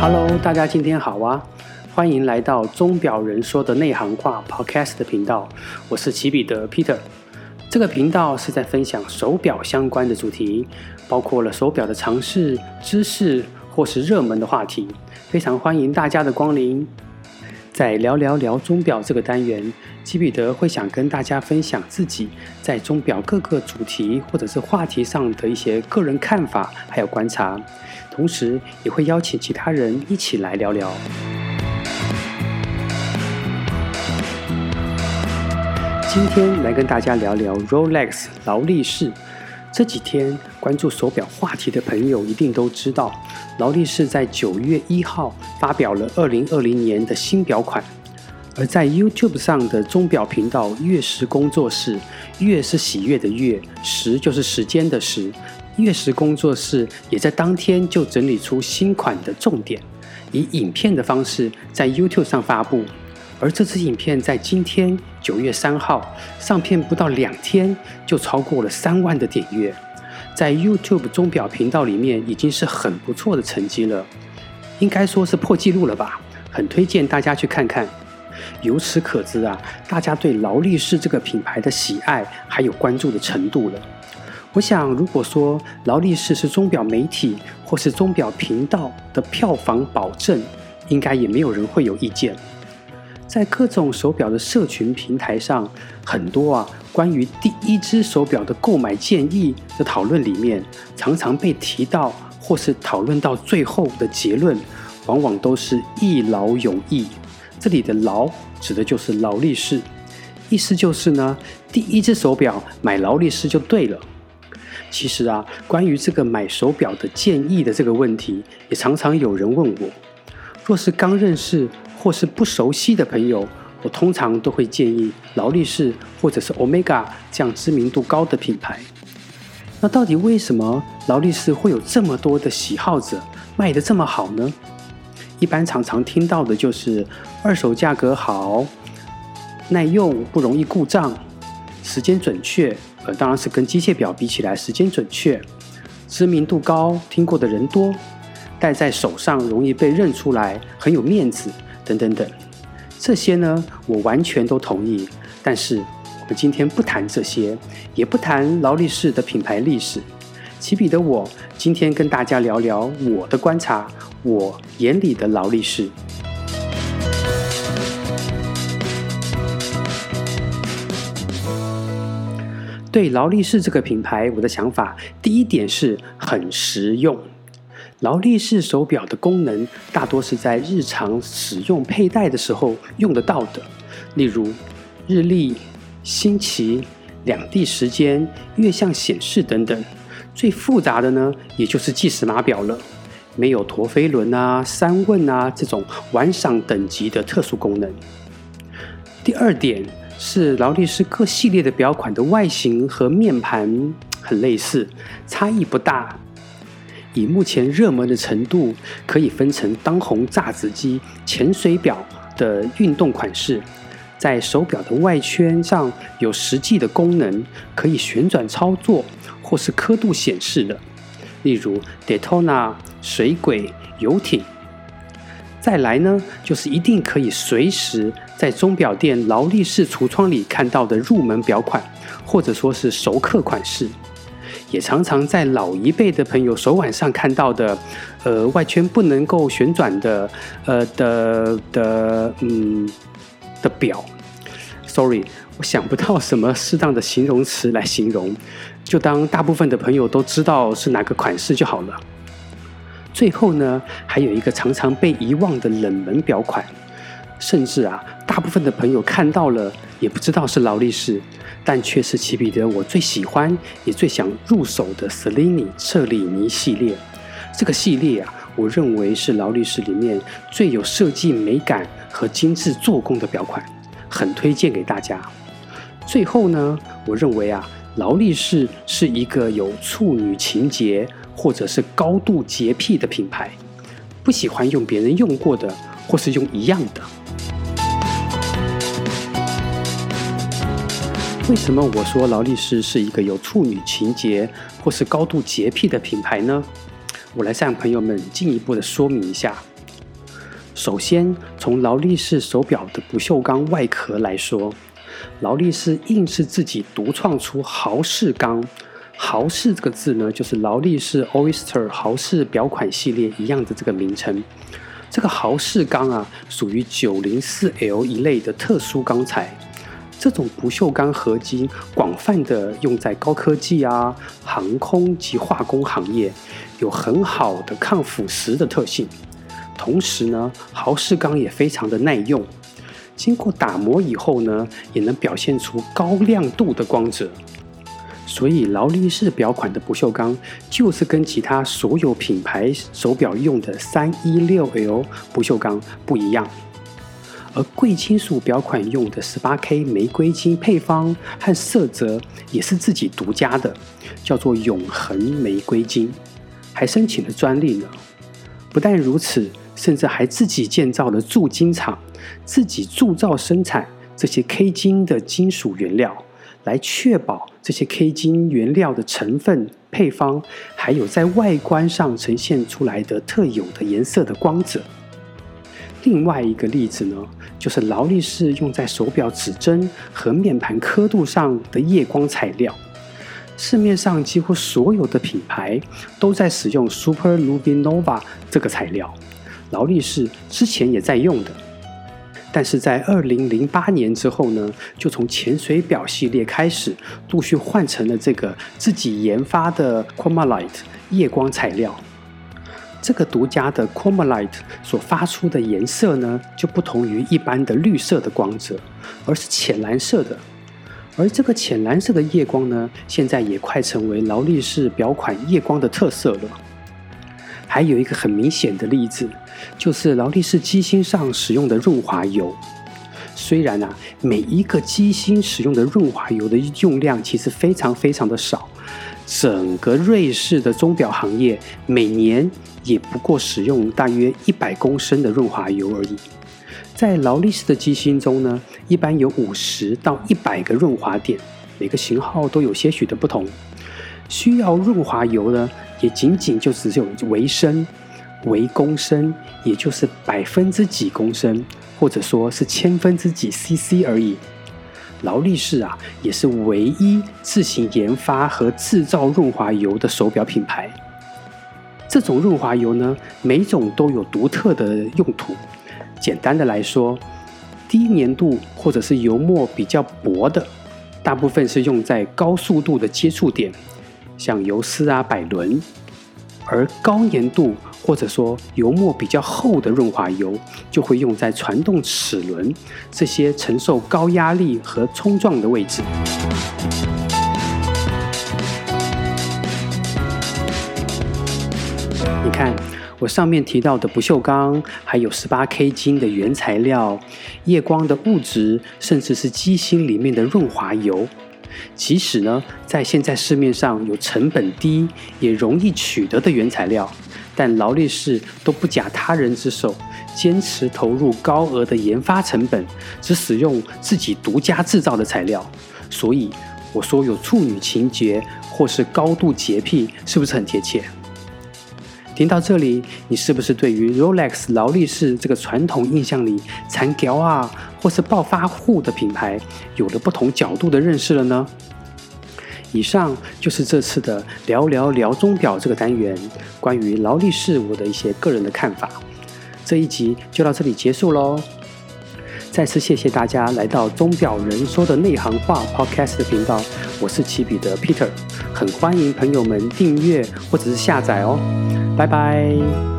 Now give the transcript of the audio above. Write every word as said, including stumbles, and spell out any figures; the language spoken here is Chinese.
Hello， 大家今天好啊！欢迎来到钟表人说的内行话 Podcast 的频道，我是齐彼得 Peter。这个频道是在分享手表相关的主题，包括了手表的常识、知识或是热门的话题，非常欢迎大家的光临。在聊聊聊钟表这个单元，齐彼得会想跟大家分享自己在钟表各个主题或者是话题上的一些个人看法还有观察，同时也会邀请其他人一起来聊聊。今天来跟大家聊聊 Rolex 劳力士。这几天关注手表话题的朋友一定都知道，劳力士在九月一号发表了二零二零年的新表款，而在 YouTube 上的钟表频道悦时工作室，悦是喜悦的悦，时就是时间的时，悦时工作室也在当天就整理出新款的重点，以影片的方式在 YouTube 上发布。而这支影片在今天九月三号上片不到两天就超过了三万的点阅，在 YouTube 钟表频道里面已经是很不错的成绩了，应该说是破纪录了吧，很推荐大家去看看。由此可知啊，大家对劳力士这个品牌的喜爱还有关注的程度了。我想如果说劳力士是钟表媒体或是钟表频道的票房保证，应该也没有人会有意见。在各种手表的社群平台上，很多啊关于第一只手表的购买建议的讨论里面，常常被提到或是讨论到最后的结论，往往都是一劳永逸。这里的劳指的就是劳力士，意思就是呢，第一只手表买劳力士就对了。其实啊，关于这个买手表的建议的这个问题，也常常有人问我。若是刚认识或是不熟悉的朋友，我通常都会建议劳力士或者是 Omega 这样知名度高的品牌。那到底为什么劳力士会有这么多的喜好者，卖得这么好呢？一般常常听到的就是二手价格好，耐用不容易故障，时间准确，呃，当然是跟机械表比起来时间准确，知名度高，听过的人多，戴在手上容易被认出来，很有面子等等等。这些呢我完全都同意，但是我们今天不谈这些，也不谈劳力士的品牌历史。齐彼得我今天跟大家聊聊我的观察，我眼里的劳力士。对劳力士这个品牌，我的想法第一点是很实用。劳力士手表的功能大多是在日常使用佩戴的时候用得到的，例如日历、星期、两地时间、月相显示等等。最复杂的呢，也就是计时码表了，没有陀飞轮啊、三问啊这种玩赏等级的特殊功能。第二点是劳力士各系列的表款的外形和面盘很类似，差异不大。以目前热门的程度，可以分成当红炸子鸡、潜水表的运动款式，在手表的外圈上有实际的功能，可以旋转操作或是刻度显示的，例如 Daytona、水鬼、游艇。再来呢，就是一定可以随时在钟表店劳力士橱窗里看到的入门表款，或者说是熟客款式。也常常在老一辈的朋友手腕上看到的，呃，外圈不能够旋转的，呃的的嗯的表。Sorry， 我想不到什么适当的形容词来形容，就当大部分的朋友都知道是哪个款式就好了。最后呢，还有一个常常被遗忘的冷门表款，甚至啊，大部分的朋友看到了也不知道是劳力士。但却是齐彼得我最喜欢也最想入手的 Cellini 彻里尼系列。这个系列啊，我认为是劳力士里面最有设计美感和精致做工的表款，很推荐给大家。最后呢，我认为啊，劳力士是一个有处女情节或者是高度洁癖的品牌，不喜欢用别人用过的或是用一样的。为什么我说劳力士是一个有处女情节或是高度洁癖的品牌呢？我来向朋友们进一步的说明一下。 首先，从劳力士手表的不锈钢外壳来说，劳力士硬是自己独创出豪士钢。豪士这个字呢，就是劳力士 Oyster 豪士表款系列一样的这个名称。这个豪士钢啊，属于九零四 L 一类的特殊钢材。这种不锈钢合金广泛的用在高科技啊、航空及化工行业，有很好的抗腐蚀的特性。同时呢，豪士钢也非常的耐用，经过打磨以后呢，也能表现出高亮度的光泽。所以劳力士表款的不锈钢就是跟其他所有品牌手表用的三一六 L 不锈钢不一样。而贵金属表款用的 十八K 玫瑰金配方和色泽也是自己独家的，叫做永恒玫瑰金，还申请了专利呢。不但如此，甚至还自己建造了铸金厂，自己铸造生产这些 K 金的金属原料，来确保这些 K 金原料的成分、配方，还有在外观上呈现出来的特有的颜色的光泽。另外一个例子呢，就是劳力士用在手表指针和面盘刻度上的夜光材料。市面上几乎所有的品牌都在使用 Super Luminova 这个材料，劳力士之前也在用的。但是在二零零八年之后呢，就从潜水表系列开始，陆续换成了这个自己研发的 Chromalight 夜光材料。这个独家的 Chromalight 所发出的颜色呢，就不同于一般的绿色的光泽，而是浅蓝色的。而这个浅蓝色的夜光呢，现在也快成为劳力士表款夜光的特色了。还有一个很明显的例子，就是劳力士机芯上使用的润滑油。虽然啊，每一个机芯使用的润滑油的用量其实非常非常的少，整个瑞士的钟表行业每年也不过使用大约一百公升的润滑油而已。在劳力士的机芯中呢，一般有五十到一百个润滑点，每个型号都有些许的不同。需要润滑油呢，也仅仅就只有微升、微公升，也就是百分之几公升，或者说是千分之几 C C 而已。劳力士啊，也是唯一自行研发和制造润滑油的手表品牌。这种润滑油呢，每种都有独特的用途。简单的来说，低粘度或者是油墨比较薄的，大部分是用在高速度的接触点，像游丝啊、摆轮；而高粘度或者说油墨比较厚的润滑油，就会用在传动齿轮这些承受高压力和冲撞的位置。你看，我上面提到的不锈钢，还有 十八K 金的原材料、夜光的物质，甚至是机芯里面的润滑油，即使呢，在现在市面上有成本低也容易取得的原材料，但劳力士都不假他人之手，坚持投入高额的研发成本，只使用自己独家制造的材料。所以我说有处女情节或是高度洁癖，是不是很贴切？听到这里，你是不是对于 Rolex 劳力士这个传统印象里残条啊，或是暴发户的品牌，有了不同角度的认识了呢？以上就是这次的聊聊聊钟表这个单元，关于劳力士我的一些个人的看法。这一集就到这里结束咯。再次谢谢大家来到钟表人说的内行话 Podcast 的频道，我是齐彼得 Peter， 很欢迎朋友们订阅或者是下载哦。拜拜。